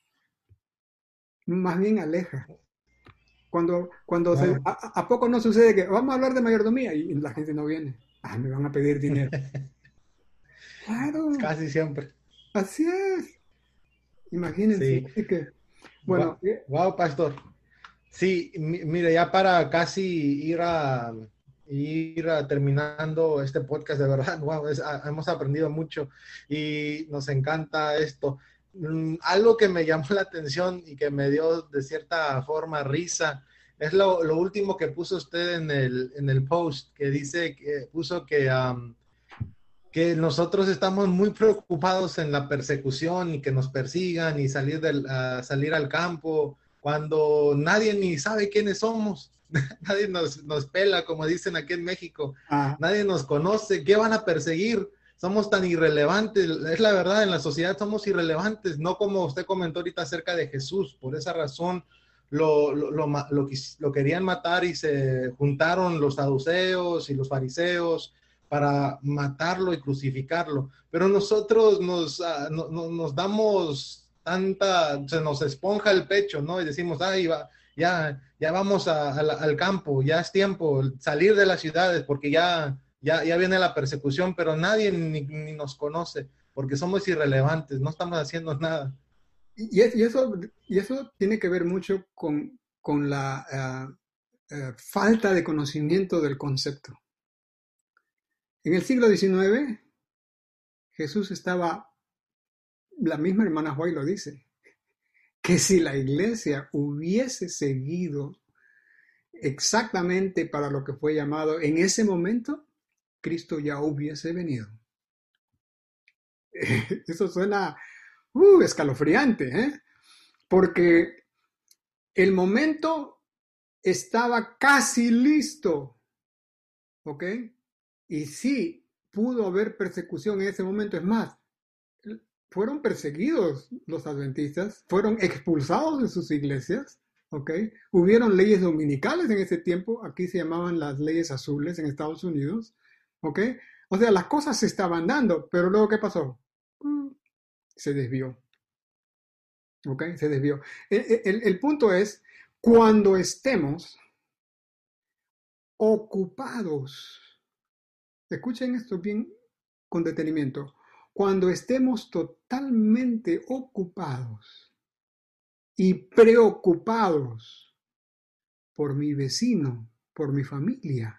[SPEAKER 4] Más bien aleja. Cuando
[SPEAKER 1] Wow.
[SPEAKER 4] ¿A poco no sucede que vamos a hablar de mayordomía y la gente no viene? Me van a pedir dinero. Claro,
[SPEAKER 1] Casi siempre.
[SPEAKER 4] así es. Imagínense.
[SPEAKER 1] Sí.
[SPEAKER 4] Así que, bueno,
[SPEAKER 1] Wow, pastor. Sí, mira, ya para casi terminando este podcast, de verdad, wow, hemos aprendido mucho y nos encanta esto. Algo que me llamó la atención y que me dio de cierta forma risa es lo último que puso usted en el post, que dice que puso que nosotros estamos muy preocupados en la persecución y que nos persigan y salir al campo cuando nadie ni sabe quiénes somos. Nadie nos pela, como dicen aquí en México. Nadie nos conoce. ¿Qué van a perseguir? Somos tan irrelevantes. Es la verdad, en la sociedad somos irrelevantes, no como usted comentó ahorita acerca de Jesús. Por esa razón lo querían matar y se juntaron los saduceos y los fariseos para matarlo y crucificarlo. Pero nosotros nos damos se nos esponja el pecho, ¿no? Y decimos, ya vamos al campo, ya es tiempo salir de las ciudades porque ya viene la persecución, pero nadie ni nos conoce porque somos irrelevantes, no estamos haciendo nada.
[SPEAKER 4] Y eso tiene que ver mucho con la falta de conocimiento del concepto. En el siglo XIX, Jesús estaba, la misma hermana White lo dice, que si la iglesia hubiese seguido exactamente para lo que fue llamado en ese momento, Cristo ya hubiese venido. Eso suena escalofriante, ¿eh? Porque el momento estaba casi listo, ¿ok? Y sí, pudo haber persecución en ese momento. Es más, fueron perseguidos los adventistas, fueron expulsados de sus iglesias, ¿ok? Hubieron leyes dominicales en ese tiempo, aquí se llamaban las leyes azules en Estados Unidos, ¿ok? O sea, las cosas se estaban dando, pero luego, ¿qué pasó? Se desvió. ¿Ok? Se desvió. El punto es, cuando estemos ocupados, escuchen esto bien con detenimiento, cuando estemos totalmente ocupados y preocupados por mi vecino, por mi familia,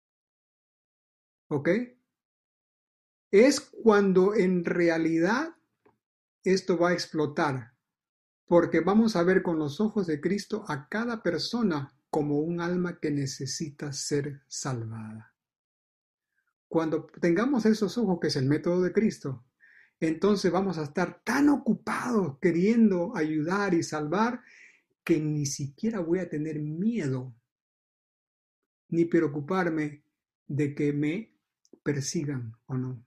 [SPEAKER 4] ¿ok? Es cuando en realidad esto va a explotar, porque vamos a ver con los ojos de Cristo a cada persona como un alma que necesita ser salvada. Cuando tengamos esos ojos, que es el método de Cristo, entonces vamos a estar tan ocupados queriendo ayudar y salvar que ni siquiera voy a tener miedo ni preocuparme de que me persigan o no.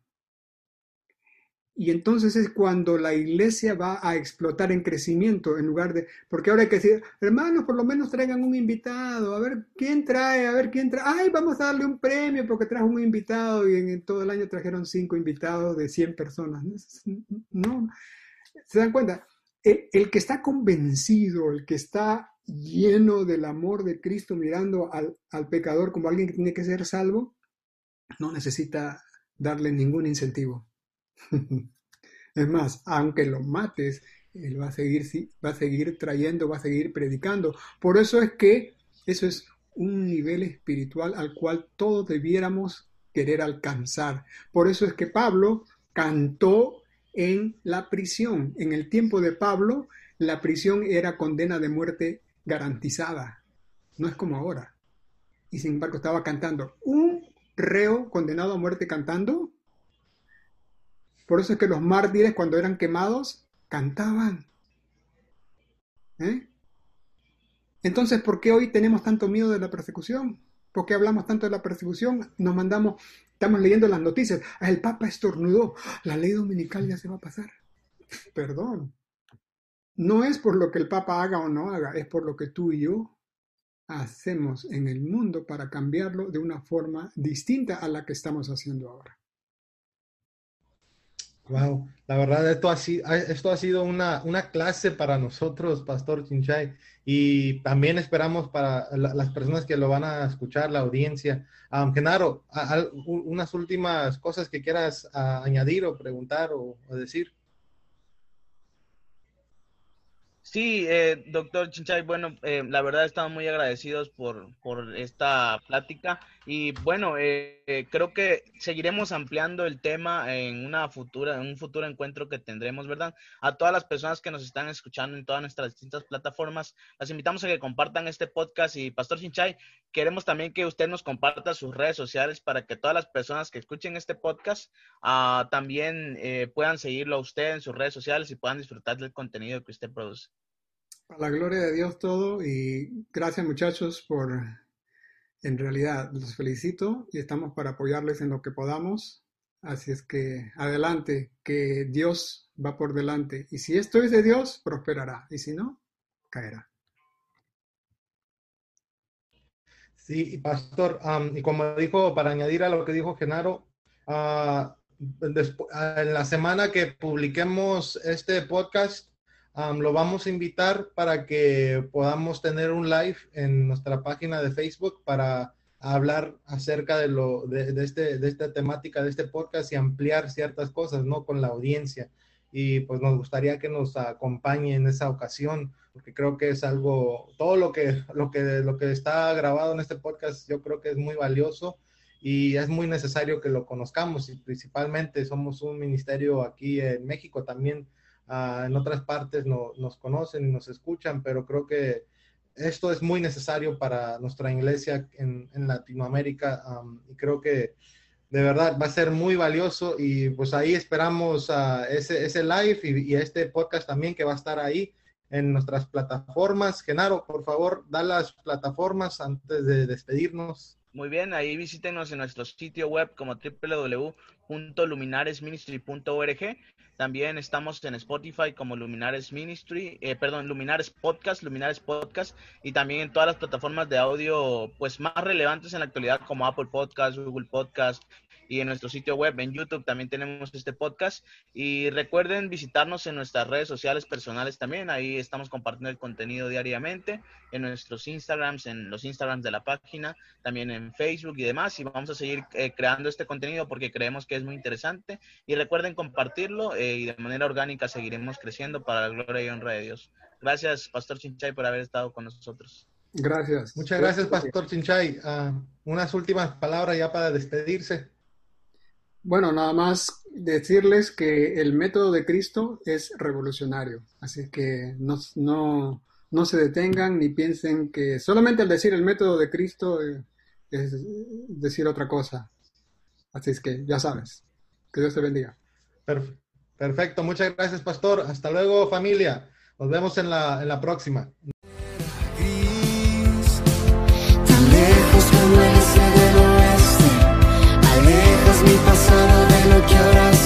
[SPEAKER 4] Y entonces es cuando la iglesia va a explotar en crecimiento en lugar de... Porque ahora hay que decir, hermanos, por lo menos traigan un invitado, a ver quién trae, ay, vamos a darle un premio porque trajo un invitado y en todo el año trajeron 5 invitados de 100 personas. No, ¿se dan cuenta? El que está convencido, el que está lleno del amor de Cristo, mirando al pecador como alguien que tiene que ser salvo, no necesita darle ningún incentivo. Es más, aunque lo mates, él va a seguir trayendo, va a seguir predicando. Por eso es que eso es un nivel espiritual al cual todos debiéramos querer alcanzar. Por eso es que Pablo cantó en la prisión. En el tiempo de Pablo, la prisión era condena de muerte garantizada. No es como ahora. Y sin embargo estaba cantando. Un reo condenado a muerte cantando. Por eso es que los mártires, cuando eran quemados, cantaban. Entonces, ¿por qué hoy tenemos tanto miedo de la persecución? ¿Por qué hablamos tanto de la persecución? Estamos leyendo las noticias. El Papa estornudó. La ley dominical ya se va a pasar. Perdón. No es por lo que el Papa haga o no haga, es por lo que tú y yo hacemos en el mundo para cambiarlo de una forma distinta a la que estamos haciendo ahora.
[SPEAKER 1] Wow, la verdad esto ha sido una clase para nosotros, Pastor Chinchay, y también esperamos para las personas que lo van a escuchar, la audiencia. Genaro, unas últimas cosas que quieras añadir o preguntar o decir.
[SPEAKER 2] Sí, doctor Chinchay, bueno, la verdad estamos muy agradecidos por esta plática y bueno, creo que seguiremos ampliando el tema en un futuro encuentro que tendremos, ¿verdad? A todas las personas que nos están escuchando en todas nuestras distintas plataformas, las invitamos a que compartan este podcast y Pastor Chinchay, queremos también que usted nos comparta sus redes sociales para que todas las personas que escuchen este podcast también puedan seguirlo a usted en sus redes sociales y puedan disfrutar del contenido que usted produce.
[SPEAKER 4] A la gloria de Dios todo y gracias muchachos en realidad los felicito y estamos para apoyarles en lo que podamos. Así es que adelante, que Dios va por delante y si esto es de Dios, prosperará y si no, caerá.
[SPEAKER 1] Sí, Pastor, y como dijo, para añadir a lo que dijo Genaro, en la semana que publiquemos este podcast, lo vamos a invitar para que podamos tener un live en nuestra página de Facebook para hablar acerca de esta temática de este podcast y ampliar ciertas cosas, ¿no? Con la audiencia. Y pues nos gustaría que nos acompañe en esa ocasión, porque creo que es algo, todo lo que está grabado en este podcast, yo creo que es muy valioso y es muy necesario que lo conozcamos y principalmente somos un ministerio aquí en México también. En otras partes nos conocen y nos escuchan, pero creo que esto es muy necesario para nuestra iglesia en Latinoamérica y creo que de verdad va a ser muy valioso y pues ahí esperamos ese live y este podcast también que va a estar ahí en nuestras plataformas. Genaro, por favor, da las plataformas antes de despedirnos.
[SPEAKER 2] Muy bien, ahí visítenos en nuestro sitio web como www.luminaresministry.org. También estamos en Spotify como Luminares Podcast, y también en todas las plataformas de audio pues más relevantes en la actualidad como Apple Podcast, Google Podcast y en nuestro sitio web. En YouTube también tenemos este podcast y recuerden visitarnos en nuestras redes sociales personales también. Ahí estamos compartiendo el contenido diariamente en nuestros Instagrams, en los Instagrams de la página, también en Facebook y demás, y vamos a seguir creando este contenido porque creemos que es muy interesante y recuerden compartirlo y de manera orgánica seguiremos creciendo para la gloria y honra de Dios. Gracias, Pastor Chinchay, por haber estado con nosotros.
[SPEAKER 4] Gracias.
[SPEAKER 1] Muchas gracias, Pastor Chinchay. Unas últimas palabras ya para despedirse.
[SPEAKER 4] Bueno, nada más decirles que el método de Cristo es revolucionario, así que no se detengan ni piensen que solamente al decir el método de Cristo es decir otra cosa. Así es que ya sabes. Que Dios te bendiga.
[SPEAKER 1] Perfecto. Muchas gracias, Pastor. Hasta luego, familia. Nos vemos en la próxima.
[SPEAKER 6] Tan lejos como el ese del oeste, alejas mi pasado de lo que ahora